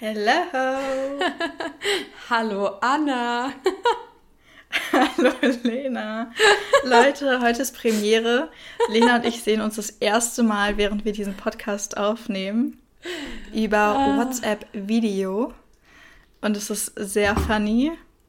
Hello! Hallo Anna! Hallo Lena! Leute, heute ist Premiere. Lena und ich sehen uns das erste Mal, während wir diesen Podcast aufnehmen, über WhatsApp-Video. Und es ist sehr funny.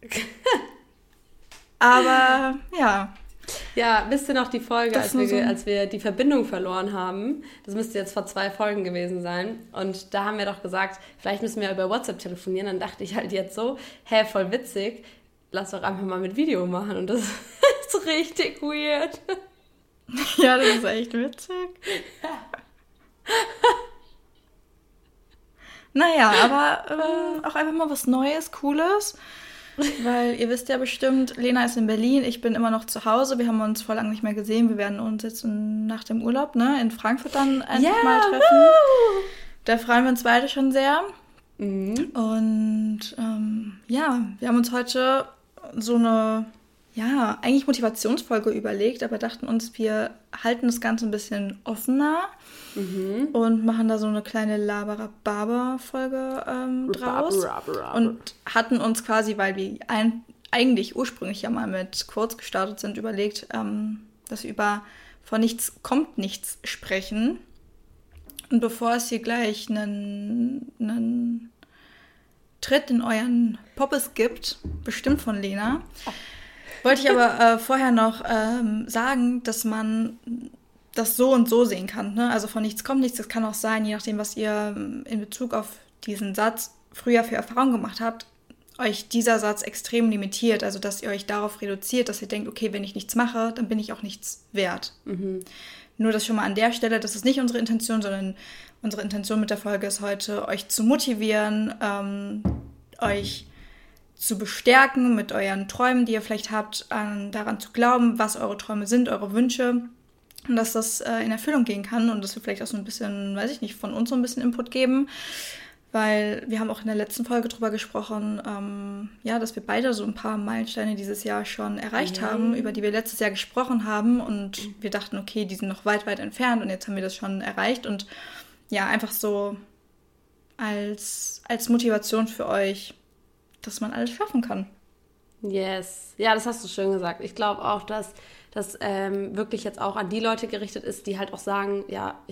Aber ja. Ja, wisst ihr noch die Folge, als wir die Verbindung verloren haben? Das müsste jetzt vor 2 Folgen gewesen sein. Und da haben wir doch gesagt, vielleicht müssen wir über WhatsApp telefonieren. Dann dachte ich halt jetzt so, voll witzig, lass doch einfach mal mit Video machen. Und das ist richtig weird. Ja, das ist echt witzig. Naja, aber auch einfach mal was Neues, Cooles. Weil ihr wisst ja bestimmt, Lena ist in Berlin, ich bin immer noch zu Hause. Wir haben uns vor lang nicht mehr gesehen. Wir werden uns jetzt nach dem Urlaub in Frankfurt dann endlich mal treffen. Woo! Da freuen wir uns beide schon sehr. Mhm. Und wir haben uns heute so eine, eigentlich Motivationsfolge überlegt, aber dachten uns, wir halten das Ganze ein bisschen offener und machen da so eine kleine Laber-Baber-Folge draus. Und hatten uns quasi, weil wir eigentlich ursprünglich ja mal mit Quotes gestartet sind, überlegt, dass wir über von nichts kommt nichts sprechen. Und bevor es hier gleich einen Tritt in euren Poppes gibt, bestimmt von Lena, wollte ich aber vorher noch sagen, dass man das so und so sehen kann. Ne? Also von nichts kommt nichts. Das kann auch sein, je nachdem, was ihr in Bezug auf diesen Satz früher für Erfahrungen gemacht habt, euch dieser Satz extrem limitiert. Also dass ihr euch darauf reduziert, dass ihr denkt, okay, wenn ich nichts mache, dann bin ich auch nichts wert. Mhm. Nur das schon mal an der Stelle, das ist nicht unsere Intention, sondern unsere Intention mit der Folge ist heute, euch zu motivieren, euch zu bestärken mit euren Träumen, die ihr vielleicht habt, daran zu glauben, was eure Träume sind, eure Wünsche und dass das in Erfüllung gehen kann und dass wir vielleicht auch so ein bisschen, weiß ich nicht, von uns so ein bisschen Input geben, weil wir haben auch in der letzten Folge drüber gesprochen, dass wir beide so ein paar Meilensteine dieses Jahr schon erreicht haben, über die wir letztes Jahr gesprochen haben und wir dachten, okay, die sind noch weit, weit entfernt und jetzt haben wir das schon erreicht und ja, einfach so als Motivation für euch, dass man alles schaffen kann. Yes. Ja, das hast du schön gesagt. Ich glaube auch, dass das wirklich jetzt auch an die Leute gerichtet ist, die halt auch sagen,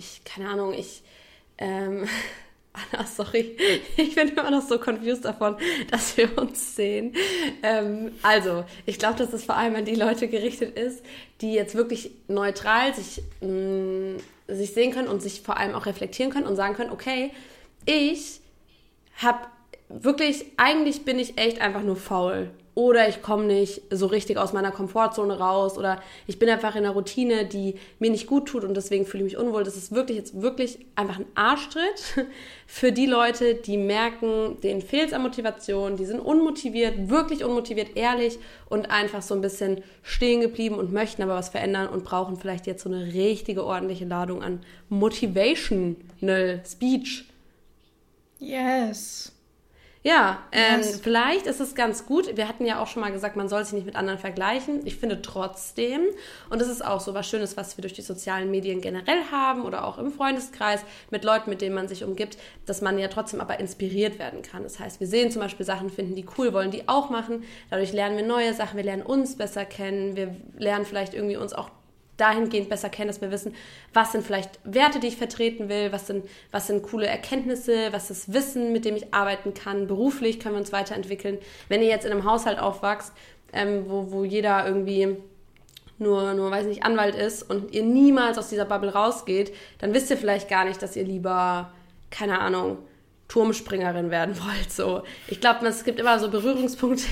Anna, sorry, ich bin immer noch so confused davon, dass wir uns sehen. Also, ich glaube, dass es vor allem an die Leute gerichtet ist, die jetzt wirklich neutral sich sehen können und sich vor allem auch reflektieren können und sagen können, okay, ich habe wirklich, eigentlich bin ich echt einfach nur faul. Oder ich komme nicht so richtig aus meiner Komfortzone raus. Oder ich bin einfach in einer Routine, die mir nicht gut tut und deswegen fühle ich mich unwohl. Das ist wirklich einfach ein Arschtritt für die Leute, die merken, denen fehlt es an Motivation, die sind unmotiviert, wirklich unmotiviert, ehrlich und einfach so ein bisschen stehen geblieben und möchten aber was verändern und brauchen vielleicht jetzt so eine richtige, ordentliche Ladung an Motivational Speech. Yes. Ja, vielleicht ist es ganz gut. Wir hatten ja auch schon mal gesagt, man soll sich nicht mit anderen vergleichen. Ich finde trotzdem, und das ist auch so was Schönes, was wir durch die sozialen Medien generell haben oder auch im Freundeskreis mit Leuten, mit denen man sich umgibt, dass man ja trotzdem aber inspiriert werden kann. Das heißt, wir sehen zum Beispiel Sachen, finden die cool, wollen die auch machen. Dadurch lernen wir neue Sachen, wir lernen uns besser kennen, wir lernen vielleicht irgendwie uns auch dahingehend besser kennen, dass wir wissen, was sind vielleicht Werte, die ich vertreten will, was sind coole Erkenntnisse, was ist Wissen, mit dem ich arbeiten kann, beruflich können wir uns weiterentwickeln. Wenn ihr jetzt in einem Haushalt aufwachst, wo jeder irgendwie nur, weiß nicht, Anwalt ist und ihr niemals aus dieser Bubble rausgeht, dann wisst ihr vielleicht gar nicht, dass ihr lieber, keine Ahnung, Turmspringerin werden wollt. So. Ich glaube, es gibt immer so Berührungspunkte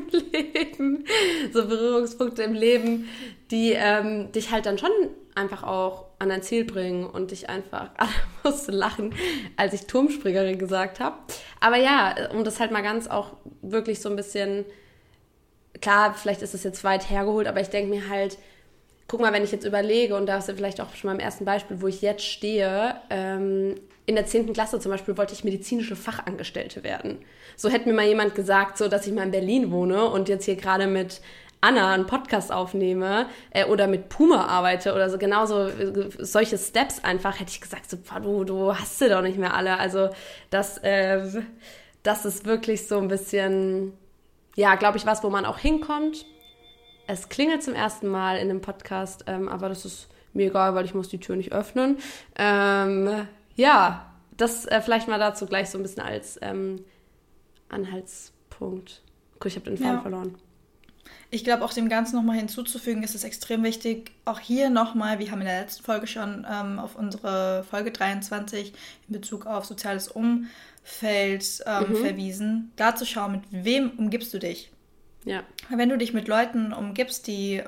im Leben, die dich halt dann schon einfach auch an dein Ziel bringen und dich einfach, alle mussten lachen, als ich Turmspringerin gesagt habe. Aber ja, um das halt mal ganz auch wirklich so ein bisschen, klar, vielleicht ist es jetzt weit hergeholt, aber ich denke mir halt, guck mal, wenn ich jetzt überlege, und da ist ja vielleicht auch schon mal im ersten Beispiel, wo ich jetzt stehe, in der 10. Klasse zum Beispiel wollte ich medizinische Fachangestellte werden. So hätte mir mal jemand gesagt, so dass ich mal in Berlin wohne und jetzt hier gerade mit Anna einen Podcast aufnehme oder mit Puma arbeite oder so, genauso solche Steps einfach, hätte ich gesagt, so, du hast sie doch nicht mehr alle. Also das ist wirklich so ein bisschen, ja, glaube ich, was, wo man auch hinkommt. Es klingelt zum ersten Mal in dem Podcast, aber das ist mir egal, weil ich muss die Tür nicht öffnen. Ja, das vielleicht mal dazu gleich so ein bisschen als Anhaltspunkt. Guck, ich habe den Faden verloren. Ich glaube, auch dem Ganzen nochmal hinzuzufügen, ist es extrem wichtig, auch hier nochmal, wir haben in der letzten Folge schon auf unsere Folge 23 in Bezug auf soziales Umfeld verwiesen, da zu schauen, mit wem umgibst du dich. Ja. Wenn du dich mit Leuten umgibst, die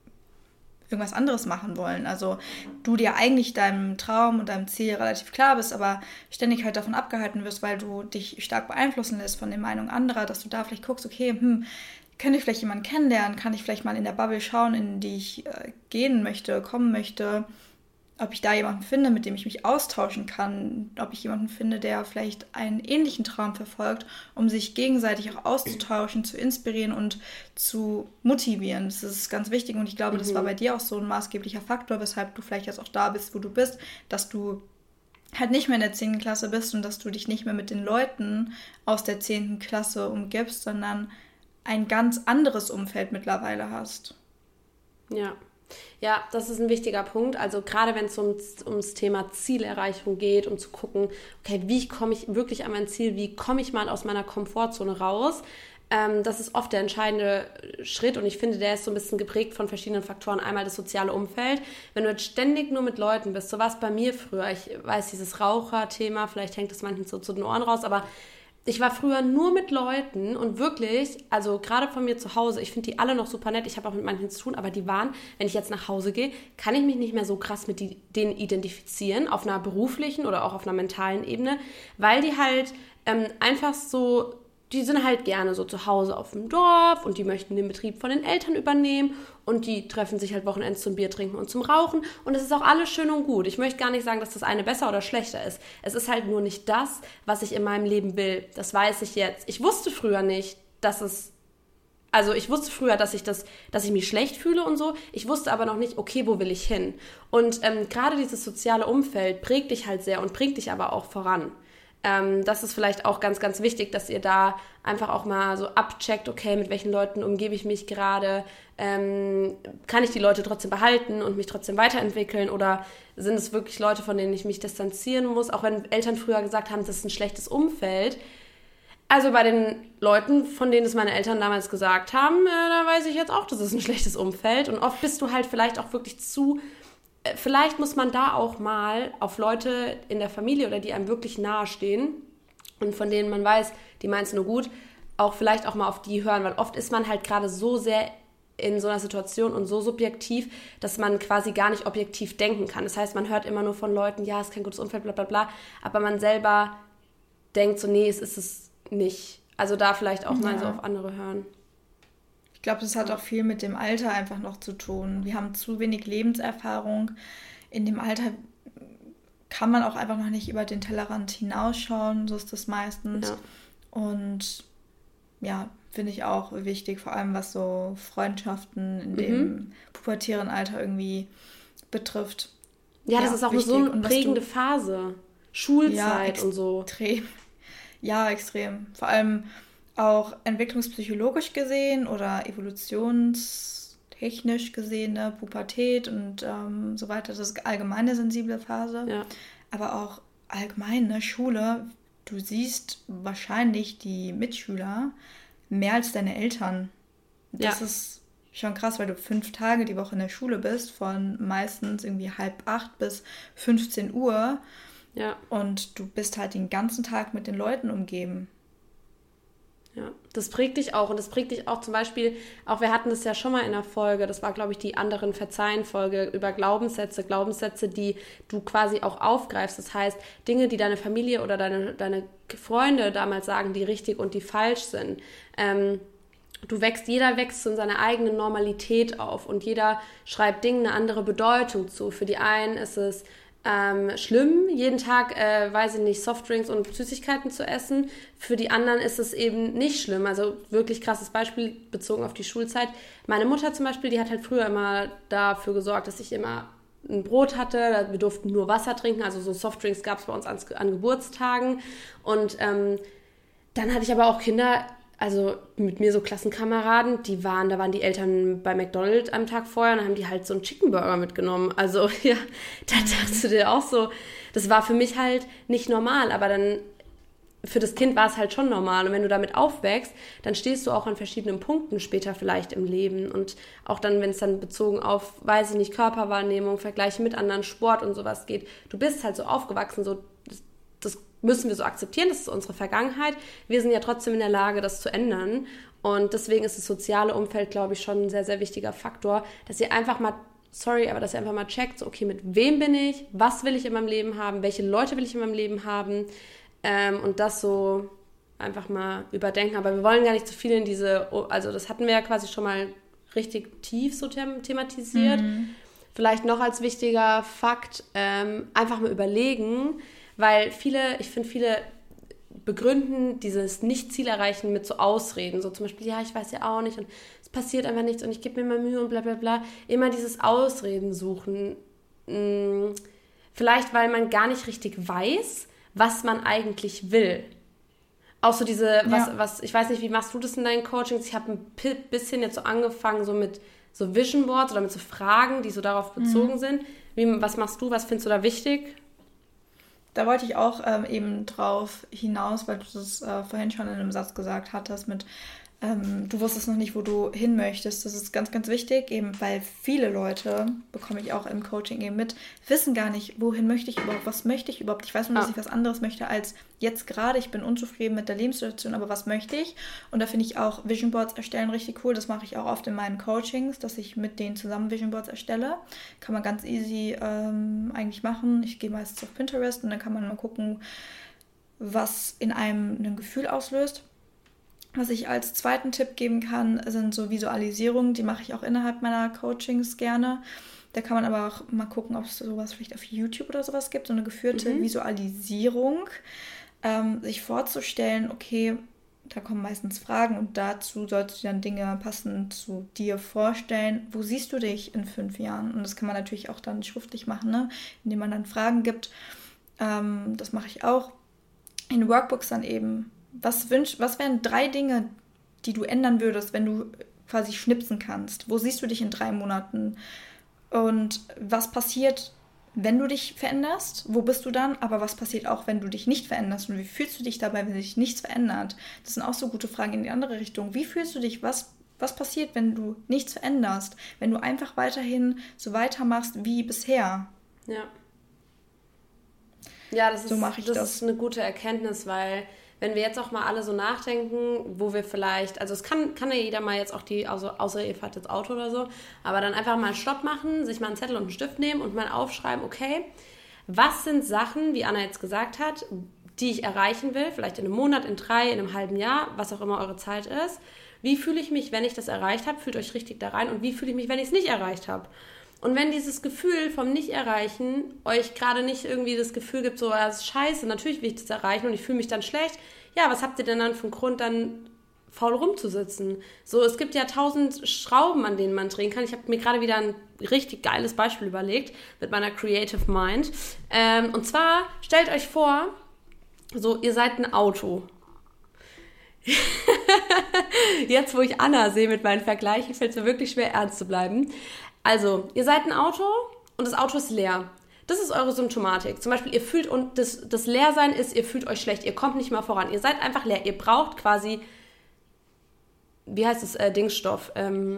irgendwas anderes machen wollen, also du dir eigentlich deinem Traum und deinem Ziel relativ klar bist, aber ständig halt davon abgehalten wirst, weil du dich stark beeinflussen lässt von den Meinungen anderer, dass du da vielleicht guckst, okay, könnte ich vielleicht jemanden kennenlernen, kann ich vielleicht mal in der Bubble schauen, in die ich gehen möchte, kommen möchte, ob ich da jemanden finde, mit dem ich mich austauschen kann, ob ich jemanden finde, der vielleicht einen ähnlichen Traum verfolgt, um sich gegenseitig auch auszutauschen, zu inspirieren und zu motivieren. Das ist ganz wichtig und ich glaube, das war bei dir auch so ein maßgeblicher Faktor, weshalb du vielleicht jetzt auch da bist, wo du bist, dass du halt nicht mehr in der 10. Klasse bist und dass du dich nicht mehr mit den Leuten aus der 10. Klasse umgibst, sondern ein ganz anderes Umfeld mittlerweile hast. Ja. Ja, das ist ein wichtiger Punkt. Also gerade wenn es ums Thema Zielerreichung geht, um zu gucken, okay, wie komme ich wirklich an mein Ziel, wie komme ich mal aus meiner Komfortzone raus, das ist oft der entscheidende Schritt und ich finde, der ist so ein bisschen geprägt von verschiedenen Faktoren. Einmal das soziale Umfeld. Wenn du jetzt ständig nur mit Leuten bist, so war es bei mir früher. Ich weiß, dieses Raucherthema, vielleicht hängt es manchen so zu den Ohren raus, aber ich war früher nur mit Leuten und wirklich, also gerade von mir zu Hause, ich finde die alle noch super nett, ich habe auch mit manchen zu tun, aber die waren, wenn ich jetzt nach Hause gehe, kann ich mich nicht mehr so krass mit denen identifizieren, auf einer beruflichen oder auch auf einer mentalen Ebene, weil die halt einfach so, die sind halt gerne so zu Hause auf dem Dorf und die möchten den Betrieb von den Eltern übernehmen und die treffen sich halt wochenends zum Bier trinken und zum Rauchen und es ist auch alles schön und gut. Ich möchte gar nicht sagen, dass das eine besser oder schlechter ist. Es ist halt nur nicht das, was ich in meinem Leben will. Das weiß ich jetzt. Ich wusste früher nicht, dass ich mich schlecht fühle und so. Ich wusste aber noch nicht, okay, wo will ich hin? Und gerade dieses soziale Umfeld prägt dich halt sehr und bringt dich aber auch voran. Das ist vielleicht auch ganz, ganz wichtig, dass ihr da einfach auch mal so abcheckt, okay, mit welchen Leuten umgebe ich mich gerade, kann ich die Leute trotzdem behalten und mich trotzdem weiterentwickeln oder sind es wirklich Leute, von denen ich mich distanzieren muss, auch wenn Eltern früher gesagt haben, das ist ein schlechtes Umfeld. Also bei den Leuten, von denen es meine Eltern damals gesagt haben, da weiß ich jetzt auch, das ist ein schlechtes Umfeld und oft bist du halt vielleicht auch wirklich vielleicht muss man da auch mal auf Leute in der Familie oder die einem wirklich nahe stehen und von denen man weiß, die meinen es nur gut, auch vielleicht auch mal auf die hören, weil oft ist man halt gerade so sehr in so einer Situation und so subjektiv, dass man quasi gar nicht objektiv denken kann. Das heißt, man hört immer nur von Leuten, ja, es ist kein gutes Umfeld, bla bla bla, aber man selber denkt so, nee, es ist es nicht. Also da vielleicht auch mal so auf andere hören. Ich glaube, das hat auch viel mit dem Alter einfach noch zu tun. Wir haben zu wenig Lebenserfahrung. In dem Alter kann man auch einfach noch nicht über den Tellerrand hinausschauen. So ist das meistens. Ja. Und ja, finde ich auch wichtig, vor allem was so Freundschaften in dem pubertären Alter irgendwie betrifft. Ja, das ist auch so eine prägende Phase. Schulzeit und so. Extrem. Ja, extrem. Vor allem auch entwicklungspsychologisch gesehen oder evolutionstechnisch gesehen, ne, Pubertät und so weiter, das ist allgemeine sensible Phase. Ja. Aber auch allgemein, ne, Schule, du siehst wahrscheinlich die Mitschüler mehr als deine Eltern. Das ist schon krass, weil du 5 Tage die Woche in der Schule bist, von meistens irgendwie 7:30 bis 15 Uhr. Ja. Und du bist halt den ganzen Tag mit den Leuten umgeben. Ja, das prägt dich auch. Und das prägt dich auch zum Beispiel, auch wir hatten das ja schon mal in der Folge, das war, glaube ich, die anderen Verzeihen-Folge über Glaubenssätze, die du quasi auch aufgreifst. Das heißt, Dinge, die deine Familie oder deine Freunde damals sagen, die richtig und die falsch sind. Jeder wächst in seiner eigenen Normalität auf und jeder schreibt Dingen eine andere Bedeutung zu. Für die einen ist es schlimm, jeden Tag, weiß ich nicht, Softdrinks und Süßigkeiten zu essen. Für die anderen ist es eben nicht schlimm. Also wirklich krasses Beispiel bezogen auf die Schulzeit. Meine Mutter zum Beispiel, die hat halt früher immer dafür gesorgt, dass ich immer ein Brot hatte. Wir durften nur Wasser trinken, also so Softdrinks gab es bei uns an Geburtstagen. Und dann hatte ich aber auch Kinder, also mit mir so Klassenkameraden, da waren die Eltern bei McDonald's am Tag vorher und dann haben die halt so einen Chicken Burger mitgenommen. Also ja, da dachtest du dir auch so, das war für mich halt nicht normal, aber dann für das Kind war es halt schon normal. Und wenn du damit aufwächst, dann stehst du auch an verschiedenen Punkten später vielleicht im Leben. Und auch dann, wenn es dann bezogen auf, weiß ich nicht, Körperwahrnehmung, Vergleiche mit anderen, Sport und sowas geht, du bist halt so aufgewachsen, so das müssen wir so akzeptieren, das ist unsere Vergangenheit. Wir sind ja trotzdem in der Lage, das zu ändern. Und deswegen ist das soziale Umfeld, glaube ich, schon ein sehr, sehr wichtiger Faktor, dass ihr einfach mal, dass ihr einfach mal checkt, so, okay, mit wem bin ich, was will ich in meinem Leben haben, welche Leute will ich in meinem Leben haben und das so einfach mal überdenken. Aber wir wollen gar nicht zu viel in also das hatten wir ja quasi schon mal richtig tief so thematisiert. Vielleicht noch als wichtiger Fakt, einfach mal überlegen, weil ich finde, viele begründen dieses Nicht-Ziel-Erreichen mit so Ausreden. So zum Beispiel, ja, ich weiß ja auch nicht und es passiert einfach nichts und ich gebe mir mal Mühe und bla bla bla. Immer dieses Ausreden suchen. Vielleicht, weil man gar nicht richtig weiß, was man eigentlich will. Auch so ich weiß nicht, wie machst du das in deinen Coachings? Ich habe ein bisschen jetzt so angefangen, so mit so Vision Boards oder mit so Fragen, die so darauf bezogen sind. Was machst du? Was findest du da wichtig? Da wollte ich auch eben drauf hinaus, weil du das vorhin schon in einem Satz gesagt hattest mit, du wusstest noch nicht, wo du hin möchtest. Das ist ganz, ganz wichtig, eben weil viele Leute, bekomme ich auch im Coaching eben mit, wissen gar nicht, wohin möchte ich überhaupt, was möchte ich überhaupt. Ich weiß nur, dass ich was anderes möchte als jetzt gerade. Ich bin unzufrieden mit der Lebenssituation, aber was möchte ich? Und da finde ich auch Vision Boards erstellen richtig cool. Das mache ich auch oft in meinen Coachings, dass ich mit denen zusammen Vision Boards erstelle. Kann man ganz easy eigentlich machen. Ich gehe meistens auf Pinterest und dann kann man mal gucken, was in einem ein Gefühl auslöst. Was ich als zweiten Tipp geben kann, sind so Visualisierungen. Die mache ich auch innerhalb meiner Coachings gerne. Da kann man aber auch mal gucken, ob es sowas vielleicht auf YouTube oder sowas gibt. So eine geführte Visualisierung. Sich vorzustellen, okay, da kommen meistens Fragen und dazu solltest du dann Dinge passend zu dir vorstellen. Wo siehst du dich in 5 Jahren? Und das kann man natürlich auch dann schriftlich machen, ne? Indem man dann Fragen gibt. Das mache ich auch. In Workbooks dann eben. Was wären 3 Dinge, die du ändern würdest, wenn du quasi schnipsen kannst? Wo siehst du dich in 3 Monaten? Und was passiert, wenn du dich veränderst? Wo bist du dann? Aber was passiert auch, wenn du dich nicht veränderst? Und wie fühlst du dich dabei, wenn sich nichts verändert? Das sind auch so gute Fragen in die andere Richtung. Wie fühlst du dich? Was passiert, wenn du nichts veränderst? Wenn du einfach weiterhin so weitermachst wie bisher? Ja. Ja, das ist eine gute Erkenntnis, weil wenn wir jetzt auch mal alle so nachdenken, wo wir vielleicht, also es kann ja jeder mal jetzt auch außer ihr fahrt jetzt Auto oder so, aber dann einfach mal einen Stopp machen, sich mal einen Zettel und einen Stift nehmen und mal aufschreiben, okay, was sind Sachen, wie Anna jetzt gesagt hat, die ich erreichen will, vielleicht in einem Monat, in 3, in einem halben Jahr, was auch immer eure Zeit ist. Wie fühle ich mich, wenn ich das erreicht habe? Fühlt euch richtig da rein. Und wie fühle ich mich, wenn ich es nicht erreicht habe? Und wenn dieses Gefühl vom Nicht-Erreichen euch gerade nicht irgendwie das Gefühl gibt, so, das ist scheiße, natürlich will ich das erreichen und ich fühle mich dann schlecht, ja, was habt ihr denn dann für einen Grund, dann faul rumzusitzen? So, es gibt ja 1000 Schrauben, an denen man drehen kann. Ich habe mir gerade wieder ein richtig geiles Beispiel überlegt mit meiner Creative Mind. Und zwar, stellt euch vor, so, ihr seid ein Auto. Jetzt, wo ich Anna sehe mit meinen Vergleichen, fällt es mir wirklich schwer, ernst zu bleiben. Also, ihr seid ein Auto und das Auto ist leer. Das ist eure Symptomatik. Zum Beispiel, ihr fühlt, und das Leersein ist, ihr fühlt euch schlecht, ihr kommt nicht mal voran. Ihr seid einfach leer. Ihr braucht quasi, wie heißt es, Dingstoff?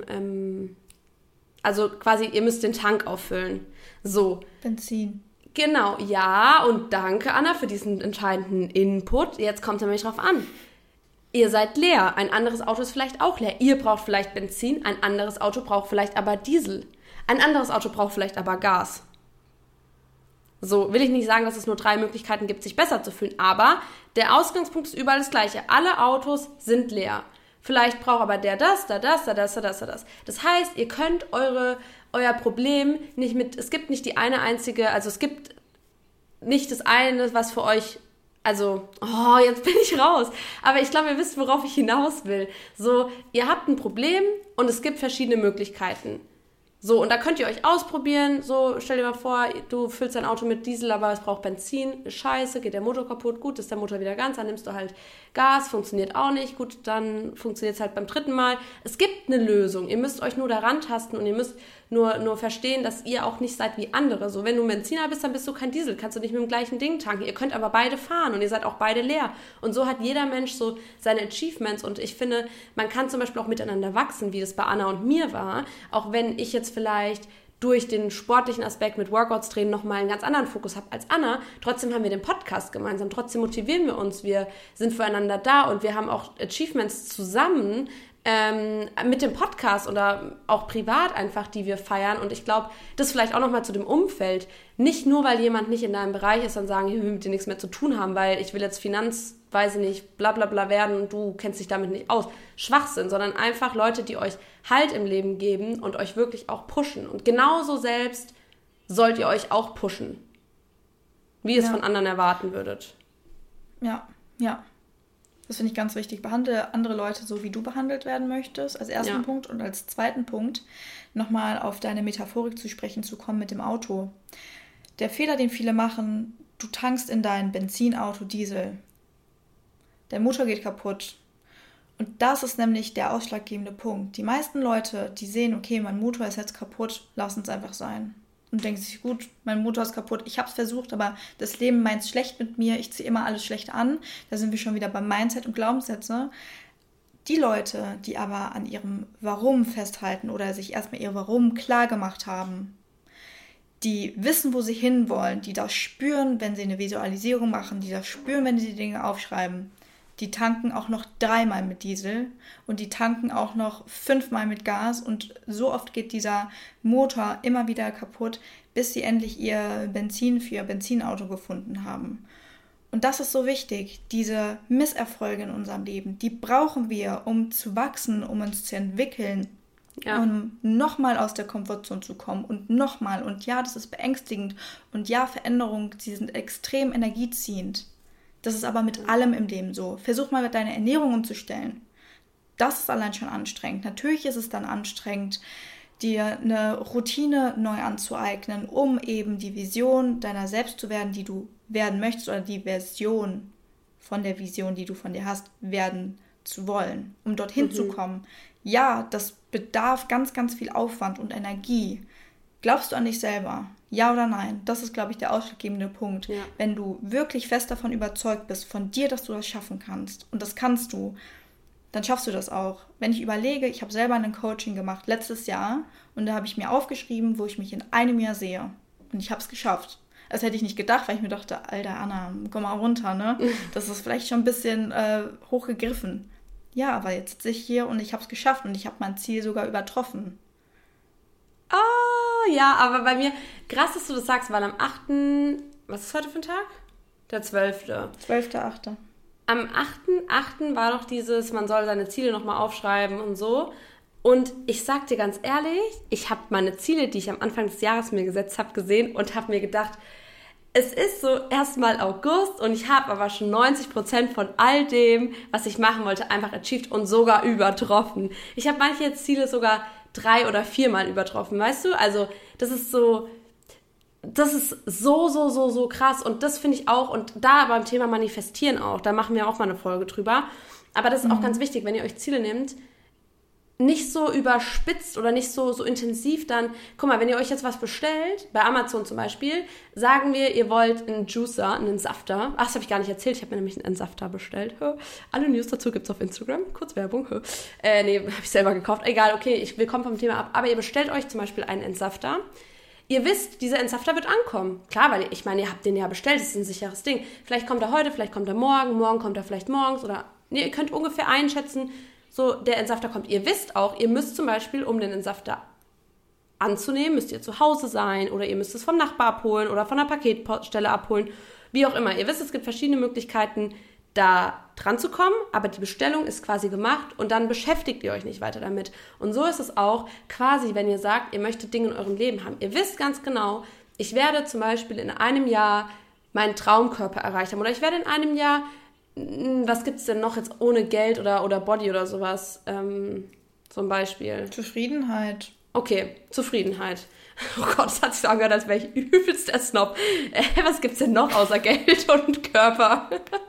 Also quasi, ihr müsst den Tank auffüllen. So. Benzin. Genau, ja. Und danke, Anna, für diesen entscheidenden Input. Jetzt kommt es nämlich drauf an. Ihr seid leer. Ein anderes Auto ist vielleicht auch leer. Ihr braucht vielleicht Benzin. Ein anderes Auto braucht vielleicht aber Diesel. Ein anderes Auto braucht vielleicht aber Gas. So, will ich nicht sagen, dass es nur 3 Möglichkeiten gibt, sich besser zu fühlen. Aber der Ausgangspunkt ist überall das Gleiche. Alle Autos sind leer. Vielleicht braucht aber der das. Das heißt, ihr könnt euer Problem nicht es gibt nicht die eine einzige, also es gibt nicht das eine, was für euch, also, jetzt bin ich raus. Aber ich glaube, ihr wisst, worauf ich hinaus will. So, ihr habt ein Problem und es gibt verschiedene Möglichkeiten. So, und da könnt ihr euch ausprobieren. So, stell dir mal vor, du füllst dein Auto mit Diesel, aber es braucht Benzin. Scheiße, geht der Motor kaputt. Gut, ist der Motor wieder ganz, dann nimmst du halt Gas, funktioniert auch nicht. Gut, dann funktioniert es halt beim 3. Mal. Es gibt eine Lösung. Ihr müsst euch nur daran tasten und ihr müsst nur verstehen, dass ihr auch nicht seid wie andere. So, wenn du Benziner bist, dann bist du kein Diesel. Kannst du nicht mit dem gleichen Ding tanken. Ihr könnt aber beide fahren und ihr seid auch beide leer. Und so hat jeder Mensch so seine Achievements. Und ich finde, man kann zum Beispiel auch miteinander wachsen, wie das bei Anna und mir war. Auch wenn ich jetzt vielleicht durch den sportlichen Aspekt mit Workouts drehen nochmal einen ganz anderen Fokus habe als Anna. Trotzdem haben wir den Podcast gemeinsam. Trotzdem motivieren wir uns. Wir sind füreinander da und wir haben auch Achievements zusammen, mit dem Podcast oder auch privat einfach, die wir feiern. Und ich glaube, das vielleicht auch nochmal zu dem Umfeld. Nicht nur, weil jemand nicht in deinem Bereich ist, dann sagen, ich will mit dir nichts mehr zu tun haben, weil ich will jetzt Finanzweise nicht bla bla bla werden und du kennst dich damit nicht aus. Schwachsinn, sondern einfach Leute, die euch Halt im Leben geben und euch wirklich auch pushen. Und genauso selbst sollt ihr euch auch pushen, wie ihr es von anderen erwarten würdet. Ja. Das finde ich ganz wichtig. Behandle andere Leute so, wie du behandelt werden möchtest, als ersten Punkt. Und als zweiten Punkt nochmal auf deine Metaphorik zu sprechen zu kommen mit dem Auto. Der Fehler, den viele machen, du tankst in dein Benzinauto Diesel. Der Motor geht kaputt. Und das ist nämlich der ausschlaggebende Punkt. Die meisten Leute, die sehen, okay, mein Motor ist jetzt kaputt, lassen es einfach sein. Und denken sich, gut, mein Motor ist kaputt, ich habe es versucht, aber das Leben meint es schlecht mit mir, ich ziehe immer alles schlecht an. Da sind wir schon wieder beim Mindset und Glaubenssätze. Die Leute, die aber an ihrem Warum festhalten oder sich erstmal ihr Warum klar gemacht haben, die wissen, wo sie hinwollen, die das spüren, wenn sie eine Visualisierung machen, die das spüren, wenn sie die Dinge aufschreiben, die tanken auch noch 3-mal mit Diesel und die tanken auch noch 5-mal mit Gas und so oft geht dieser Motor immer wieder kaputt, bis sie endlich ihr Benzin für ihr Benzinauto gefunden haben. Und das ist so wichtig, diese Misserfolge in unserem Leben, die brauchen wir, um zu wachsen, um uns zu entwickeln, um nochmal aus der Komfortzone zu kommen und nochmal. Und ja, das ist beängstigend und ja, Veränderungen, die sind extrem energieziehend. Das ist aber mit allem im Leben so. Versuch mal deine Ernährung umzustellen. Das ist allein schon anstrengend. Natürlich ist es dann anstrengend, dir eine Routine neu anzueignen, um eben die Vision deiner selbst zu werden, die du werden möchtest, oder die Version von der Vision, die du von dir hast, werden zu wollen, um dorthin zu kommen. Ja, das bedarf ganz, ganz viel Aufwand und Energie. Glaubst du an dich selber? Ja oder nein? Das ist, glaube ich, der ausschlaggebende Punkt. Ja. Wenn du wirklich fest davon überzeugt bist, von dir, dass du das schaffen kannst, und das kannst du, dann schaffst du das auch. Wenn ich überlege, ich habe selber ein Coaching gemacht letztes Jahr und da habe ich mir aufgeschrieben, wo ich mich in einem Jahr sehe. Und ich habe es geschafft. Das hätte ich nicht gedacht, weil ich mir dachte, Alter Anna, komm mal runter, ne? Das ist vielleicht schon ein bisschen hochgegriffen. Ja, aber jetzt sitze ich hier und ich habe es geschafft und ich habe mein Ziel sogar übertroffen. Oh, ja, aber bei mir, krass, dass du das sagst, weil am 8., was ist heute für ein Tag? Der 12. 12.8. Am 8.8. war doch dieses, man soll seine Ziele nochmal aufschreiben und so. Und ich sag dir ganz ehrlich, ich habe meine Ziele, die ich am Anfang des Jahres mir gesetzt habe, gesehen und habe mir gedacht, es ist so erstmal August und ich habe aber schon 90% von all dem, was ich machen wollte, einfach achieved und sogar übertroffen. Ich habe manche Ziele sogar 3- oder 4-mal übertroffen, weißt du? Also das ist so krass und das finde ich auch, und da beim Thema Manifestieren auch, da machen wir auch mal eine Folge drüber, aber das ist auch ganz wichtig, wenn ihr euch Ziele nehmt, nicht so überspitzt oder nicht so intensiv dann, guck mal, wenn ihr euch jetzt was bestellt, bei Amazon zum Beispiel, sagen wir, ihr wollt einen Juicer, einen Safter, ach, das habe ich gar nicht erzählt, ich habe mir nämlich einen Safter bestellt, alle News dazu gibt's auf Instagram, kurz Werbung, nee, habe ich selber gekauft, egal, okay, wir kommen vom Thema ab, aber ihr bestellt euch zum Beispiel einen Entsafter. Ihr wisst, dieser Entsafter wird ankommen. Klar, weil ich meine, ihr habt den ja bestellt, das ist ein sicheres Ding. Vielleicht kommt er heute, vielleicht kommt er morgen kommt er vielleicht morgens oder ihr könnt ungefähr einschätzen, so der Entsafter kommt. Ihr wisst auch, ihr müsst zum Beispiel, um den Entsafter anzunehmen, müsst ihr zu Hause sein oder ihr müsst es vom Nachbar abholen oder von der Paketstelle abholen, wie auch immer. Ihr wisst, es gibt verschiedene Möglichkeiten, da dran zu kommen, aber die Bestellung ist quasi gemacht und dann beschäftigt ihr euch nicht weiter damit. Und so ist es auch quasi, wenn ihr sagt, ihr möchtet Dinge in eurem Leben haben. Ihr wisst ganz genau, ich werde zum Beispiel in einem Jahr meinen Traumkörper erreicht haben. Oder ich werde in einem Jahr, was gibt es denn noch jetzt ohne Geld oder Body oder sowas, zum Beispiel? Zufriedenheit. Okay, Zufriedenheit. Oh Gott, das hat sich so angehört, als wäre ich übelst der Snob. Was gibt's denn noch außer Geld und Körper?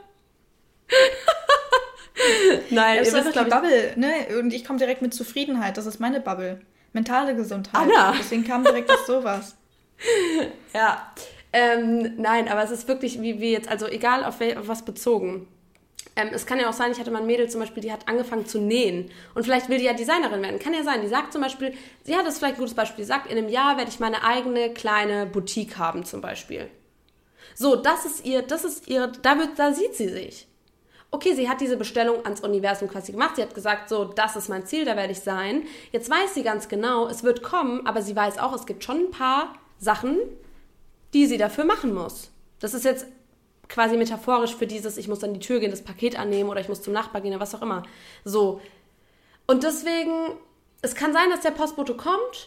Nein, das ist einfach die Bubble, ne? Und ich komme direkt mit Zufriedenheit. Das ist meine Bubble. Mentale Gesundheit. Anna. Deswegen kam direkt auf sowas. Ja. Nein, aber es ist wirklich wie jetzt, also egal auf was bezogen. Es kann ja auch sein, ich hatte mal ein Mädel zum Beispiel, die hat angefangen zu nähen. Und vielleicht will die ja Designerin werden. Kann ja sein. Die sagt zum Beispiel, sie hat das vielleicht ein gutes Beispiel, die sagt, in einem Jahr werde ich meine eigene kleine Boutique haben zum Beispiel. So, das ist ihr, da sieht sie sich. Okay, sie hat diese Bestellung ans Universum quasi gemacht. Sie hat gesagt, so, das ist mein Ziel, da werde ich sein. Jetzt weiß sie ganz genau, es wird kommen, aber sie weiß auch, es gibt schon ein paar Sachen, die sie dafür machen muss. Das ist jetzt quasi metaphorisch für dieses, ich muss an die Tür gehen, das Paket annehmen oder ich muss zum Nachbar gehen oder was auch immer. So. Und deswegen, es kann sein, dass der Postbote kommt,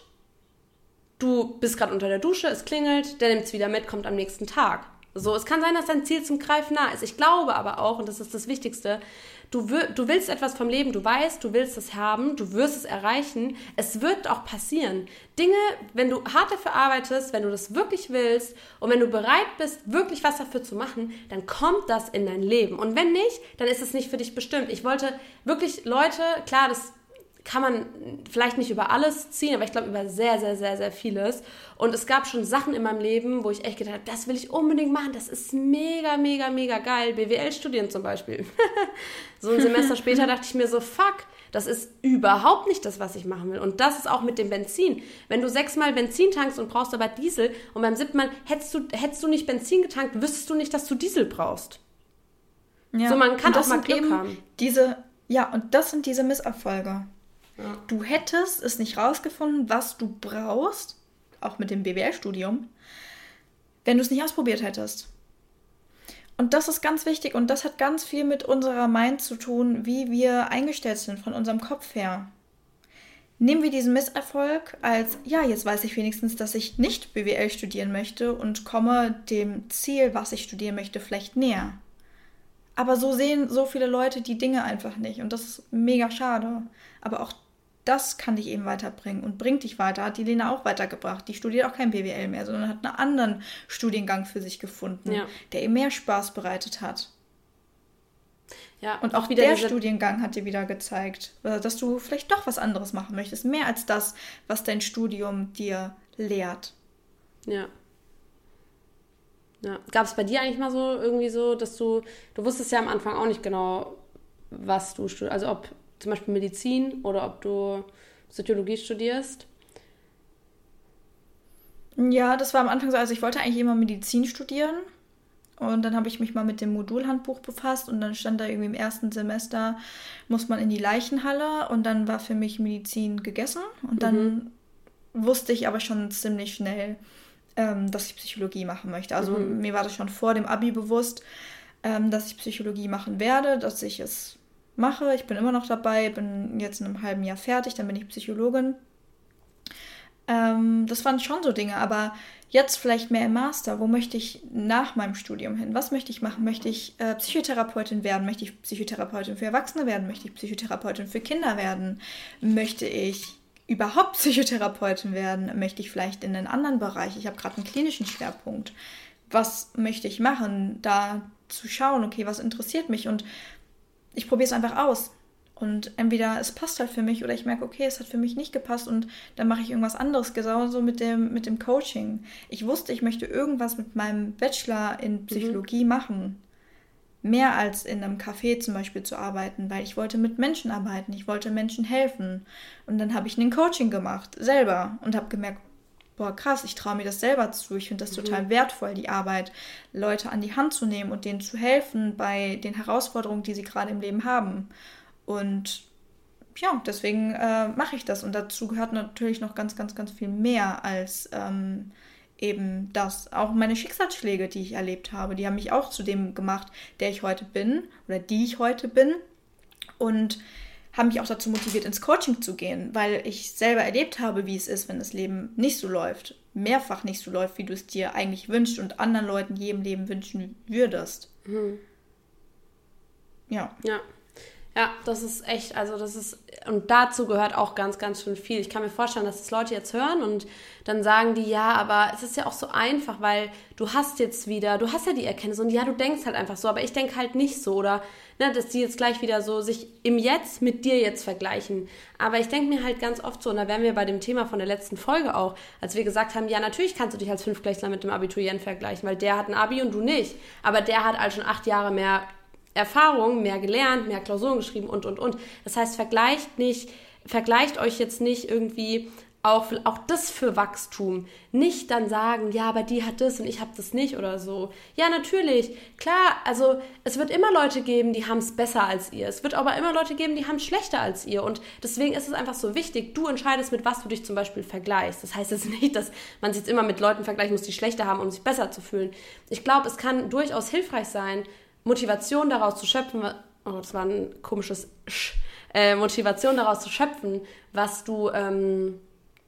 du bist gerade unter der Dusche, es klingelt, der nimmt es wieder mit, kommt am nächsten Tag. So, es kann sein, dass dein Ziel zum Greifen nah ist. Ich glaube aber auch, und das ist das Wichtigste, du willst etwas vom Leben, du weißt, du willst es haben, du wirst es erreichen, es wird auch passieren. Dinge, wenn du hart dafür arbeitest, wenn du das wirklich willst und wenn du bereit bist, wirklich was dafür zu machen, dann kommt das in dein Leben. Und wenn nicht, dann ist es nicht für dich bestimmt. Ich wollte wirklich Leute, klar, das kann man vielleicht nicht über alles ziehen, aber ich glaube über sehr, sehr, sehr, sehr vieles. Und es gab schon Sachen in meinem Leben, wo ich echt gedacht habe, das will ich unbedingt machen, das ist mega, mega, mega geil. BWL studieren zum Beispiel. So ein Semester später dachte ich mir so, fuck, das ist überhaupt nicht das, was ich machen will. Und das ist auch mit dem Benzin. Wenn du 6-mal Benzin tankst und brauchst aber Diesel und beim 7. Mal hättest du nicht Benzin getankt, wüsstest du nicht, dass du Diesel brauchst. Ja. So, man kann auch mal Glück haben. Und das sind diese Misserfolge. Ja. Du hättest es nicht rausgefunden, was du brauchst, auch mit dem BWL-Studium, wenn du es nicht ausprobiert hättest. Und das ist ganz wichtig und das hat ganz viel mit unserer Mind zu tun, wie wir eingestellt sind von unserem Kopf her. Nehmen wir diesen Misserfolg als, ja, jetzt weiß ich wenigstens, dass ich nicht BWL studieren möchte und komme dem Ziel, was ich studieren möchte, vielleicht näher. Aber so sehen so viele Leute die Dinge einfach nicht und das ist mega schade. Aber auch das kann dich eben weiterbringen und bringt dich weiter. Hat die Lena auch weitergebracht. Die studiert auch kein BWL mehr, sondern hat einen anderen Studiengang für sich gefunden, der ihr mehr Spaß bereitet hat. Ja, und auch wieder der Studiengang hat dir wieder gezeigt, dass du vielleicht doch was anderes machen möchtest. Mehr als das, was dein Studium dir lehrt. Ja. Gab es bei dir eigentlich mal so irgendwie so, dass du wusstest ja am Anfang auch nicht genau, was du studierst, also ob zum Beispiel Medizin oder ob du Psychologie studierst? Ja, das war am Anfang so, also ich wollte eigentlich immer Medizin studieren und dann habe ich mich mal mit dem Modulhandbuch befasst und dann stand da irgendwie im ersten Semester, muss man in die Leichenhalle und dann war für mich Medizin gegessen und dann wusste ich aber schon ziemlich schnell, dass ich Psychologie machen möchte. Also mir war das schon vor dem Abi bewusst, dass ich Psychologie machen werde, dass ich es mache. Ich bin immer noch dabei, bin jetzt in einem halben Jahr fertig, dann bin ich Psychologin. Das waren schon so Dinge, aber jetzt vielleicht mehr im Master. Wo möchte ich nach meinem Studium hin? Was möchte ich machen? Möchte ich Psychotherapeutin werden? Möchte ich Psychotherapeutin für Erwachsene werden? Möchte ich Psychotherapeutin für Kinder werden? Möchte ich überhaupt Psychotherapeutin werden? Möchte ich vielleicht in einen anderen Bereich? Ich habe gerade einen klinischen Schwerpunkt. Was möchte ich machen? Da zu schauen, okay, was interessiert mich? Und ich probiere es einfach aus und entweder es passt halt für mich oder ich merke, okay, es hat für mich nicht gepasst und dann mache ich irgendwas anderes, genauso mit dem Coaching. Ich wusste, ich möchte irgendwas mit meinem Bachelor in Psychologie machen, mehr als in einem Café zum Beispiel zu arbeiten, weil ich wollte mit Menschen arbeiten, ich wollte Menschen helfen und dann habe ich ein Coaching gemacht, selber und habe gemerkt, boah, krass, ich traue mir das selber zu. Ich finde das total wertvoll, die Arbeit, Leute an die Hand zu nehmen und denen zu helfen bei den Herausforderungen, die sie gerade im Leben haben. Und ja, deswegen mache ich das. Und dazu gehört natürlich noch ganz, ganz, ganz viel mehr als eben das. Auch meine Schicksalsschläge, die ich erlebt habe, die haben mich auch zu dem gemacht, der ich heute bin oder die ich heute bin. Und haben mich auch dazu motiviert, ins Coaching zu gehen, weil ich selber erlebt habe, wie es ist, wenn das Leben nicht so läuft, mehrfach nicht so läuft, wie du es dir eigentlich wünschst und anderen Leuten je im Leben wünschen würdest. Ja. Ja, das ist echt, und dazu gehört auch ganz, ganz schön viel. Ich kann mir vorstellen, dass das Leute jetzt hören und dann sagen die, ja, aber es ist ja auch so einfach, weil du hast ja die Erkenntnis und ja, du denkst halt einfach so, aber ich denke halt nicht so oder, ne, dass die jetzt gleich wieder so sich im Jetzt mit dir jetzt vergleichen. Aber ich denke mir halt ganz oft so, und da wären wir bei dem Thema von der letzten Folge auch, als wir gesagt haben, ja, natürlich kannst du dich als Fünftklässler mit dem Abiturienten vergleichen, weil der hat ein Abi und du nicht, aber der hat halt schon 8 Jahre mehr Erfahrung, mehr gelernt, mehr Klausuren geschrieben und. Das heißt, vergleicht euch jetzt nicht irgendwie auch das für Wachstum. Nicht dann sagen, ja, aber die hat das und ich habe das nicht oder so. Ja, natürlich, klar, also es wird immer Leute geben, die haben es besser als ihr. Es wird aber immer Leute geben, die haben es schlechter als ihr. Und deswegen ist es einfach so wichtig, du entscheidest, mit was du dich zum Beispiel vergleichst. Das heißt jetzt nicht, dass man sich jetzt immer mit Leuten vergleichen muss, die schlechter haben, um sich besser zu fühlen. Ich glaube, es kann durchaus hilfreich sein, Motivation daraus zu schöpfen, das war ein komisches Motivation daraus zu schöpfen, was du im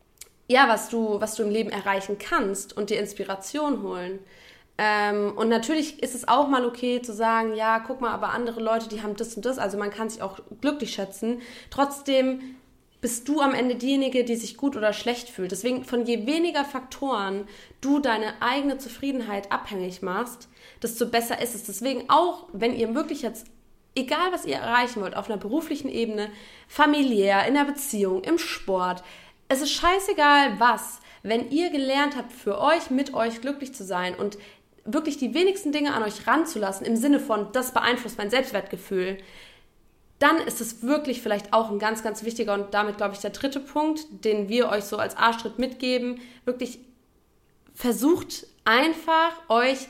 Leben erreichen kannst und dir Inspiration holen. Und natürlich ist es auch mal okay zu sagen, ja, guck mal, aber andere Leute, die haben das und das, also man kann sich auch glücklich schätzen. Trotzdem bist du am Ende diejenige, die sich gut oder schlecht fühlt. Deswegen, von je weniger Faktoren du deine eigene Zufriedenheit abhängig machst, desto besser ist es. Deswegen auch, wenn ihr wirklich jetzt, egal was ihr erreichen wollt, auf einer beruflichen Ebene, familiär, in der Beziehung, im Sport, es ist scheißegal was, wenn ihr gelernt habt, für euch, mit euch glücklich zu sein und wirklich die wenigsten Dinge an euch ranzulassen, im Sinne von, das beeinflusst mein Selbstwertgefühl, dann ist es wirklich vielleicht auch ein ganz, ganz wichtiger und damit, glaube ich, der 3. Punkt, den wir euch so als A-Schritt mitgeben, wirklich versucht einfach euch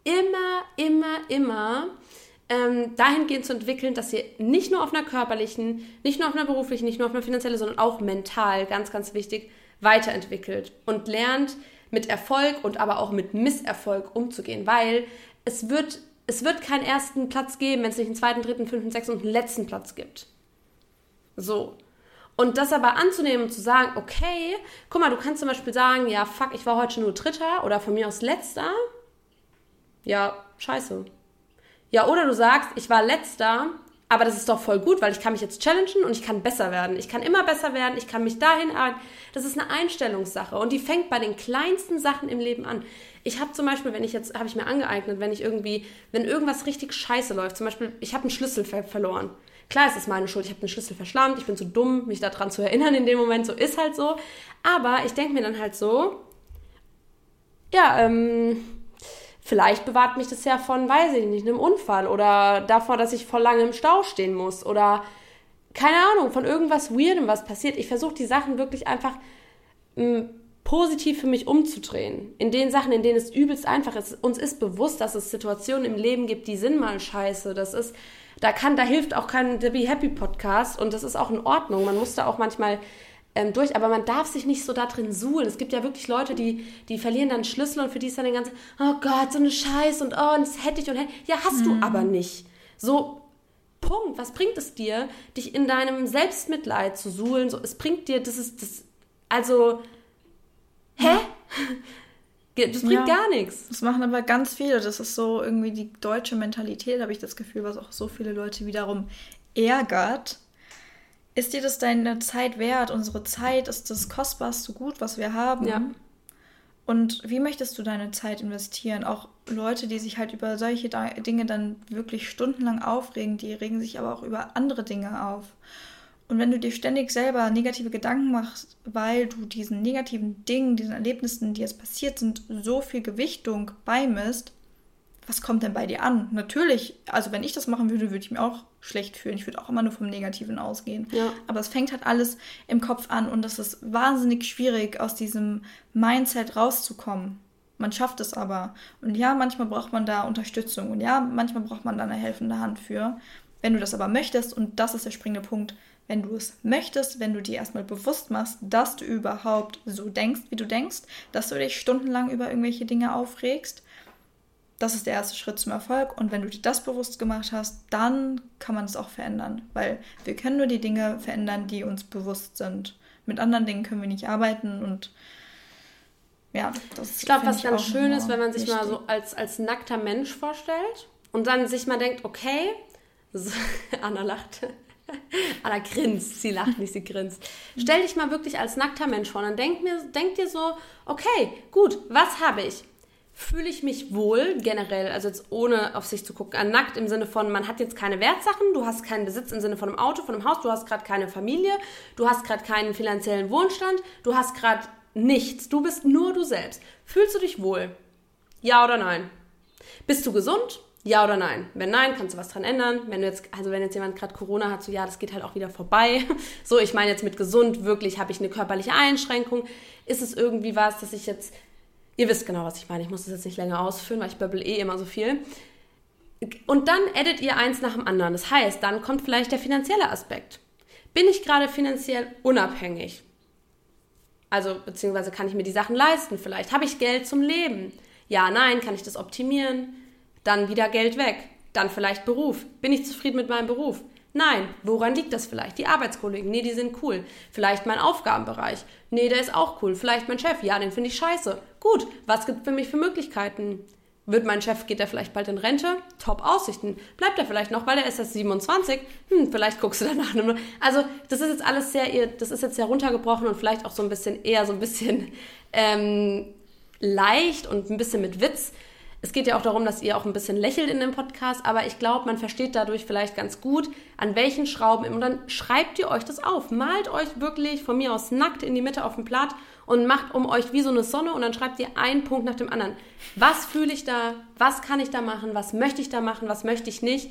immer dahingehend zu entwickeln, dass ihr nicht nur auf einer körperlichen, nicht nur auf einer beruflichen, nicht nur auf einer finanziellen, sondern auch mental, ganz, ganz wichtig, weiterentwickelt und lernt mit Erfolg und aber auch mit Misserfolg umzugehen, weil es wird keinen ersten Platz geben, wenn es nicht einen 2., 3., 5., 6. und einen letzten Platz gibt. So. Und das aber anzunehmen und zu sagen, okay, guck mal, du kannst zum Beispiel sagen, ja, fuck, ich war heute nur 3. oder von mir aus Letzter. Ja, scheiße. Ja, oder du sagst, ich war Letzter, aber das ist doch voll gut, weil ich kann mich jetzt challengen und ich kann besser werden. Ich kann immer besser werden, ich kann mich dahin das ist eine Einstellungssache und die fängt bei den kleinsten Sachen im Leben an. Ich habe zum Beispiel, habe ich mir angeeignet, wenn irgendwas richtig scheiße läuft, zum Beispiel, ich habe einen Schlüssel verloren. Klar, es ist meine Schuld, ich habe den Schlüssel verschlammt, ich bin zu dumm, mich daran zu erinnern in dem Moment, so ist halt so. Aber ich denke mir dann halt so, ja, vielleicht bewahrt mich das ja von, weiß ich nicht, einem Unfall oder davor, dass ich voll lange im Stau stehen muss oder, keine Ahnung, von irgendwas Weirdem, was passiert. Ich versuche die Sachen wirklich einfach positiv für mich umzudrehen. In den Sachen, in denen es übelst einfach ist. Uns ist bewusst, dass es Situationen im Leben gibt, die sind mal scheiße. Da hilft auch kein The Be Happy Podcast und das ist auch in Ordnung. Man muss da auch manchmal durch, aber man darf sich nicht so da drin suhlen. Es gibt ja wirklich Leute, die verlieren dann Schlüssel und für die ist dann den ganzen, oh Gott, so eine Scheiße und oh, das hätte ich und hätte. Ja, hast du aber nicht. So, Punkt. Was bringt es dir, dich in deinem Selbstmitleid zu suhlen? So, es bringt dir, hä? Das bringt gar nichts. Das machen aber ganz viele. Das ist so irgendwie die deutsche Mentalität, habe ich das Gefühl, was auch so viele Leute wiederum ärgert. Ist dir das deine Zeit wert? Unsere Zeit ist das kostbarste Gut, was wir haben. Ja. Und wie möchtest du deine Zeit investieren? Auch Leute, die sich halt über solche Dinge dann wirklich stundenlang aufregen, die regen sich aber auch über andere Dinge auf. Und wenn du dir ständig selber negative Gedanken machst, weil du diesen negativen Dingen, diesen Erlebnissen, die jetzt passiert sind, so viel Gewichtung beimisst, was kommt denn bei dir an? Natürlich, also wenn ich das machen würde, würde ich mich auch schlecht fühlen. Ich würde auch immer nur vom Negativen ausgehen. Ja. Aber es fängt halt alles im Kopf an und es ist wahnsinnig schwierig, aus diesem Mindset rauszukommen. Man schafft es aber. Und ja, manchmal braucht man da Unterstützung und ja, manchmal braucht man da eine helfende Hand für. Wenn du das aber möchtest, und das ist der springende Punkt, wenn du es möchtest, wenn du dir erstmal bewusst machst, dass du überhaupt so denkst, wie du denkst, dass du dich stundenlang über irgendwelche Dinge aufregst, das ist der erste Schritt zum Erfolg. Und wenn du dir das bewusst gemacht hast, dann kann man es auch verändern. Weil wir können nur die Dinge verändern, die uns bewusst sind. Mit anderen Dingen können wir nicht arbeiten. Und ja, das ich glaube, was ganz schön ist, wenn man sich mal so als nackter Mensch vorstellt und dann sich mal denkt, okay, Anna lacht. Anna grinst, sie lacht nicht, sie grinst. Stell dich mal wirklich als nackter Mensch vor und dann denk dir so, okay, gut, was habe ich? Fühle ich mich wohl generell, also jetzt ohne auf sich zu gucken, nackt im Sinne von, man hat jetzt keine Wertsachen, du hast keinen Besitz im Sinne von einem Auto, von einem Haus, du hast gerade keine Familie, du hast gerade keinen finanziellen Wohlstand, du hast gerade nichts, du bist nur du selbst. Fühlst du dich wohl? Ja oder nein? Bist du gesund? Ja oder nein? Wenn nein, kannst du was dran ändern. Wenn jetzt jemand gerade Corona hat, so ja, das geht halt auch wieder vorbei. So, ich meine jetzt mit gesund, wirklich, habe ich eine körperliche Einschränkung? Ist es irgendwie was, dass ich jetzt, ihr wisst genau, was ich meine, ich muss das jetzt nicht länger ausführen, weil ich böbbel immer so viel. Und dann addet ihr eins nach dem anderen. Das heißt, dann kommt vielleicht der finanzielle Aspekt. Bin ich gerade finanziell unabhängig? Also, beziehungsweise kann ich mir die Sachen leisten vielleicht? Habe ich Geld zum Leben? Ja, nein, kann ich das optimieren? Dann wieder Geld weg. Dann vielleicht Beruf. Bin ich zufrieden mit meinem Beruf? Nein. Woran liegt das vielleicht? Die Arbeitskollegen? Nee, die sind cool. Vielleicht mein Aufgabenbereich? Nee, der ist auch cool. Vielleicht mein Chef? Ja, den finde ich scheiße. Gut, was gibt es für mich für Möglichkeiten? Geht der vielleicht bald in Rente? Top Aussichten. Bleibt er vielleicht noch, weil er ist erst 27? Vielleicht guckst du danach. Also, das ist jetzt alles sehr runtergebrochen und vielleicht auch so ein bisschen leicht und ein bisschen mit Witz. Es geht ja auch darum, dass ihr auch ein bisschen lächelt in dem Podcast, aber ich glaube, man versteht dadurch vielleicht ganz gut, an welchen Schrauben, und dann schreibt ihr euch das auf. Malt euch wirklich von mir aus nackt in die Mitte auf dem Blatt und macht um euch wie so eine Sonne und dann schreibt ihr einen Punkt nach dem anderen. Was fühle ich da? Was kann ich da machen? Was möchte ich da machen? Was möchte ich nicht?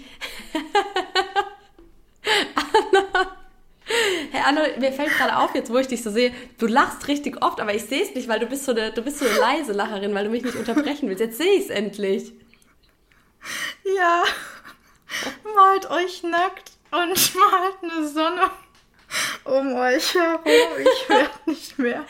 Hey Anna, mir fällt gerade auf, jetzt wo ich dich so sehe, du lachst richtig oft, aber ich sehe es nicht, weil du bist so eine leise Lacherin, weil du mich nicht unterbrechen willst. Jetzt sehe ich es endlich. Ja, malt euch nackt und malt eine Sonne um euch herum. Ich werde nicht mehr.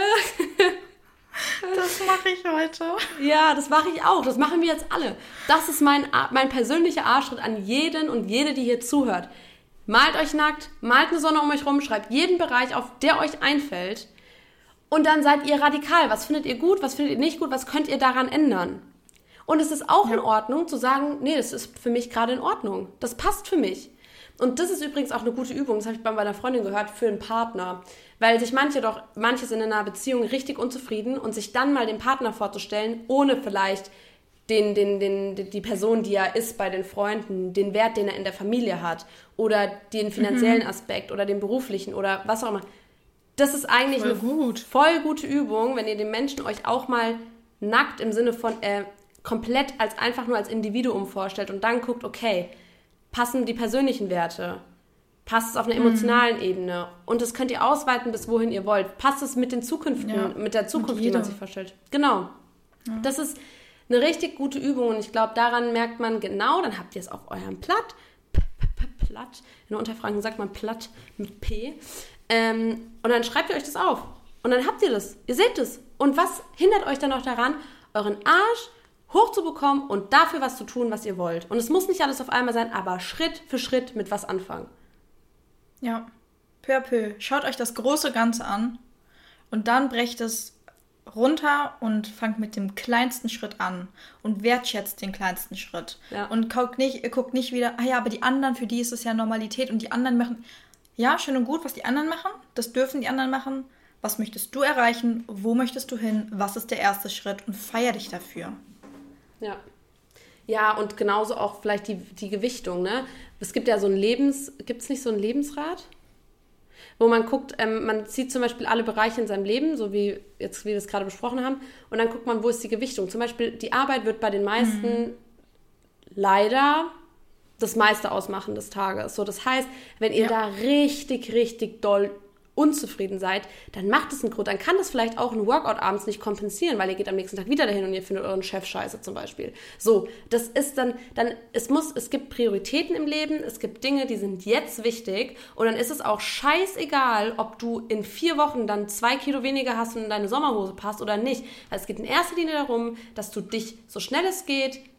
Das mache ich heute. Ja, das mache ich auch. Das machen wir jetzt alle. Das ist mein persönlicher Arschtritt an jeden und jede, die hier zuhört. Malt euch nackt, malt eine Sonne um euch rum, schreibt jeden Bereich auf, der euch einfällt und dann seid ihr radikal. Was findet ihr gut, was findet ihr nicht gut, was könnt ihr daran ändern? Und es ist auch in Ordnung zu sagen, nee, das ist für mich gerade in Ordnung. Das passt für mich. Und das ist übrigens auch eine gute Übung, das habe ich bei meiner Freundin gehört, für einen Partner. Weil sich manche sind in einer Beziehung richtig unzufrieden und sich dann mal den Partner vorzustellen, ohne vielleicht die Person, die er ist bei den Freunden, den Wert, den er in der Familie hat oder den finanziellen Aspekt oder den beruflichen oder was auch immer. Das ist eigentlich voll gute Übung, wenn ihr den Menschen euch auch mal nackt im Sinne von komplett einfach nur als Individuum vorstellt und dann guckt, okay, passen die persönlichen Werte? Passt es auf einer emotionalen Ebene? Und das könnt ihr ausweiten, bis wohin ihr wollt. Passt es mit den mit der Zukunft, die man sich vorstellt? Genau. Ja. Das ist eine richtig gute Übung und ich glaube, daran merkt man genau, dann habt ihr es auf eurem Platt, in der Unterfranken sagt man Platt mit P, und dann schreibt ihr euch das auf und dann habt ihr das, ihr seht es. Und was hindert euch dann noch daran, euren Arsch hochzubekommen und dafür was zu tun, was ihr wollt? Und es muss nicht alles auf einmal sein, aber Schritt für Schritt mit was anfangen. Ja, peu à peu. Schaut euch das große Ganze an und dann brecht es runter und fangt mit dem kleinsten Schritt an und wertschätzt den kleinsten Schritt. Ja. Und guckt nicht wieder, aber die anderen, für die ist es ja Normalität und die anderen machen, ja, schön und gut, was die anderen machen, das dürfen die anderen machen. Was möchtest du erreichen? Wo möchtest du hin? Was ist der erste Schritt? Und feier dich dafür. Ja. Ja, und genauso auch vielleicht die Gewichtung, ne? Es gibt ja gibt es nicht so ein Lebensrat? Wo man guckt, man sieht zum Beispiel alle Bereiche in seinem Leben, so wie wir es gerade besprochen haben, und dann guckt man, wo ist die Gewichtung. Zum Beispiel die Arbeit wird bei den meisten leider das meiste ausmachen des Tages. So, das heißt, wenn ihr da richtig, richtig doll unzufrieden seid, dann macht es einen Grund. Dann kann das vielleicht auch ein Workout abends nicht kompensieren, weil ihr geht am nächsten Tag wieder dahin und ihr findet euren Chef scheiße zum Beispiel. So, das ist dann es gibt Prioritäten im Leben, es gibt Dinge, die sind jetzt wichtig und dann ist es auch scheißegal, ob du in 4 Wochen dann 2 Kilo weniger hast und in deine Sommerhose passt oder nicht. Weil es geht in erster Linie darum, dass du dich so schnell es geht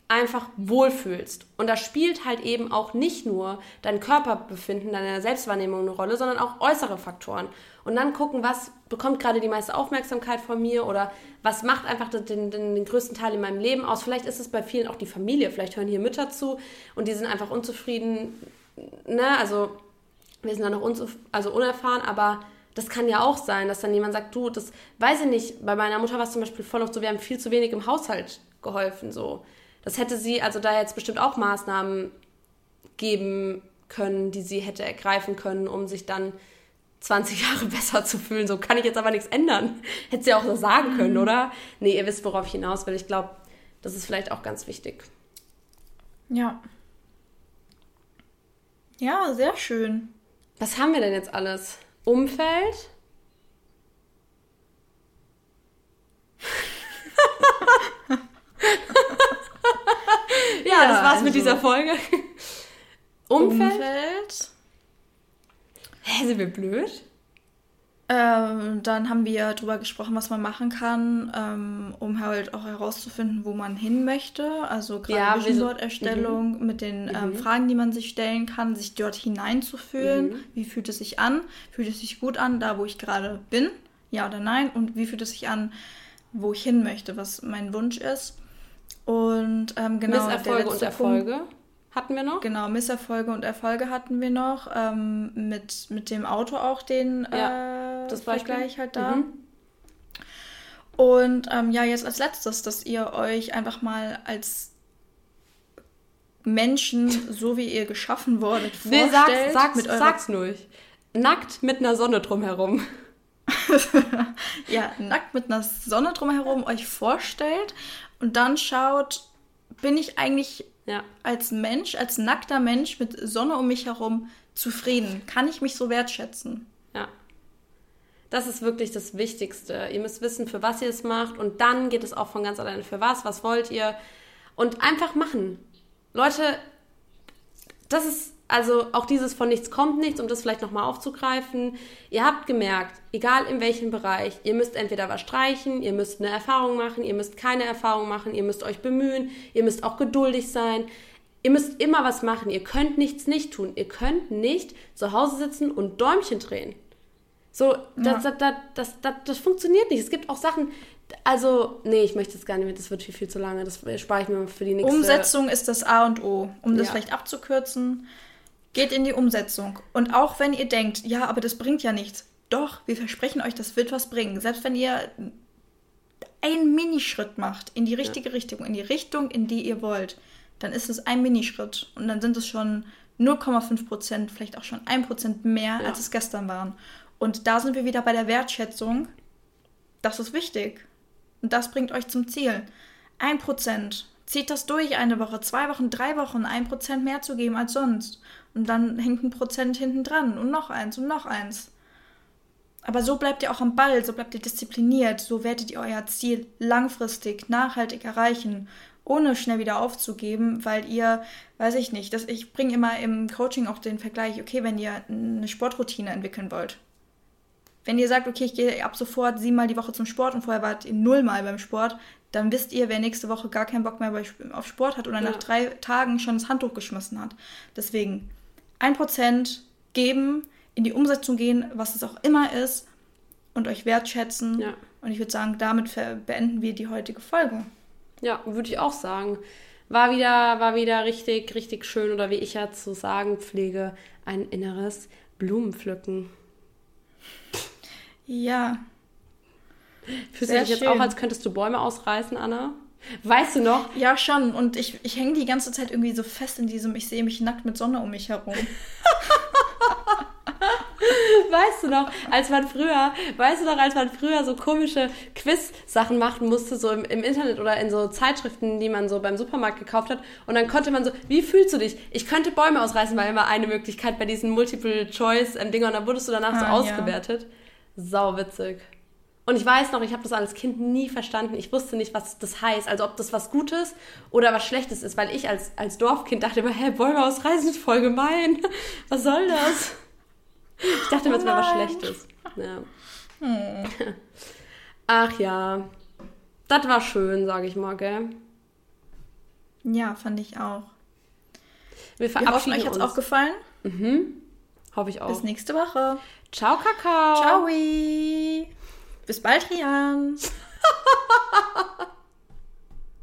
einfach wohlfühlst. Und da spielt halt eben auch nicht nur dein Körperbefinden, deine Selbstwahrnehmung eine Rolle, sondern auch äußere Faktoren. Und dann gucken, was bekommt gerade die meiste Aufmerksamkeit von mir oder was macht einfach den größten Teil in meinem Leben aus. Vielleicht ist es bei vielen auch die Familie, vielleicht hören hier Mütter zu und die sind einfach unzufrieden, ne? Also wir sind da noch unerfahren, aber das kann ja auch sein, dass dann jemand sagt, du, das weiß ich nicht, bei meiner Mutter war es zum Beispiel voll oft so, wir haben viel zu wenig im Haushalt geholfen, so. Das hätte sie, also da jetzt bestimmt auch Maßnahmen geben können, die sie hätte ergreifen können, um sich dann 20 Jahre besser zu fühlen. So kann ich jetzt aber nichts ändern. Hätte sie auch so sagen können, oder? Nee, ihr wisst, worauf ich hinaus will. Ich glaube, das ist vielleicht auch ganz wichtig. Ja. Ja, sehr schön. Was haben wir denn jetzt alles? Umfeld? Ja, das war's mit dieser Folge. Umfeld? Hä, sind wir blöd? Dann haben wir darüber gesprochen, was man machen kann, um halt auch herauszufinden, wo man hin möchte. Also gerade Vision Board Erstellung mit den Fragen, die man sich stellen kann, sich dort hineinzufühlen. Wie fühlt es sich an? Fühlt es sich gut an, da wo ich gerade bin? Ja oder nein? Und wie fühlt es sich an, wo ich hin möchte, was mein Wunsch ist? Und genau, Misserfolge und Erfolge Punkt, hatten wir noch? Genau, Misserfolge und Erfolge hatten wir noch. Mit dem Auto auch den das Vergleich halt da. Und jetzt als letztes, dass ihr euch einfach mal als Menschen, so wie ihr geschaffen wurdet, vorstellt. Sag's nur. Nackt mit einer Sonne drumherum. Ja, nackt mit einer Sonne drumherum euch vorstellt und dann schaut, bin ich eigentlich als Mensch, als nackter Mensch mit Sonne um mich herum zufrieden? Kann ich mich so wertschätzen? Ja. Das ist wirklich das Wichtigste. Ihr müsst wissen, für was ihr es macht und dann geht es auch von ganz alleine. Für was wollt ihr? Und einfach machen. Leute, das ist also auch dieses von nichts kommt nichts, um das vielleicht nochmal aufzugreifen. Ihr habt gemerkt, egal in welchem Bereich, ihr müsst entweder was streichen, ihr müsst eine Erfahrung machen, ihr müsst keine Erfahrung machen, ihr müsst euch bemühen, ihr müsst auch geduldig sein. Ihr müsst immer was machen. Ihr könnt nichts nicht tun. Ihr könnt nicht zu Hause sitzen und Däumchen drehen. So, das funktioniert nicht. Es gibt auch Sachen, also, nee, ich möchte es gar nicht mehr, das wird viel zu lange, das spare ich mir für die nächste... Umsetzung ist das A und O, um das vielleicht abzukürzen. Geht in die Umsetzung. Und auch wenn ihr denkt, ja, aber das bringt ja nichts. Doch, wir versprechen euch, das wird was bringen. Selbst wenn ihr einen Minischritt macht in die richtige Richtung, in die ihr wollt, dann ist es ein Minischritt. Und dann sind es schon 0,5%, vielleicht auch schon 1% mehr, als es gestern waren. Und da sind wir wieder bei der Wertschätzung. Das ist wichtig. Und das bringt euch zum Ziel. 1%. Zieht das durch, 1 Woche, 2 Wochen, 3 Wochen, 1% mehr zu geben als sonst. Und dann hängt 1% hinten dran und noch eins und noch eins. Aber so bleibt ihr auch am Ball, so bleibt ihr diszipliniert, so werdet ihr euer Ziel langfristig, nachhaltig erreichen, ohne schnell wieder aufzugeben, weil ihr, weiß ich nicht, ich bringe immer im Coaching auch den Vergleich, okay, wenn ihr eine Sportroutine entwickeln wollt. Wenn ihr sagt, okay, ich gehe ab sofort 7-mal die Woche zum Sport und vorher wart ihr 0-mal beim Sport, dann wisst ihr, wer nächste Woche gar keinen Bock mehr auf Sport hat oder nach 3 Tagen schon das Handtuch geschmissen hat. Deswegen 1% geben, in die Umsetzung gehen, was es auch immer ist und euch wertschätzen. Ja. Und ich würde sagen, damit beenden wir die heutige Folge. Ja, würde ich auch sagen. War wieder richtig, richtig schön oder wie ich ja zu sagen pflege, ein inneres Blumenpflücken. Ja. Fühlst du dich jetzt auch, als könntest du Bäume ausreißen, Anna? Weißt du noch? Ja, schon. Und ich hänge die ganze Zeit irgendwie so fest in diesem, ich sehe mich nackt mit Sonne um mich herum. Weißt du noch, als man früher so komische Quiz-Sachen machen musste, so im Internet oder in so Zeitschriften, die man so beim Supermarkt gekauft hat, und dann konnte man so, wie fühlst du dich? Ich könnte Bäume ausreißen, war immer eine Möglichkeit bei diesen Multiple-Choice-Dinger, und dann wurdest du danach so ausgewertet. Sau witzig. Und ich weiß noch, ich habe das als Kind nie verstanden. Ich wusste nicht, was das heißt. Also ob das was Gutes oder was Schlechtes ist. Weil ich als Dorfkind dachte immer, Bäume ausreißen ist voll gemein. Was soll das? Ich dachte immer, es wäre was Schlechtes. Ja. Ach ja. Das war schön, sage ich mal, gell? Ja, fand ich auch. Wir hoffen, euch hat es auch gefallen. Hoffe ich auch. Bis nächste Woche. Ciao, Kakao. Ciao. Bis bald, Rian.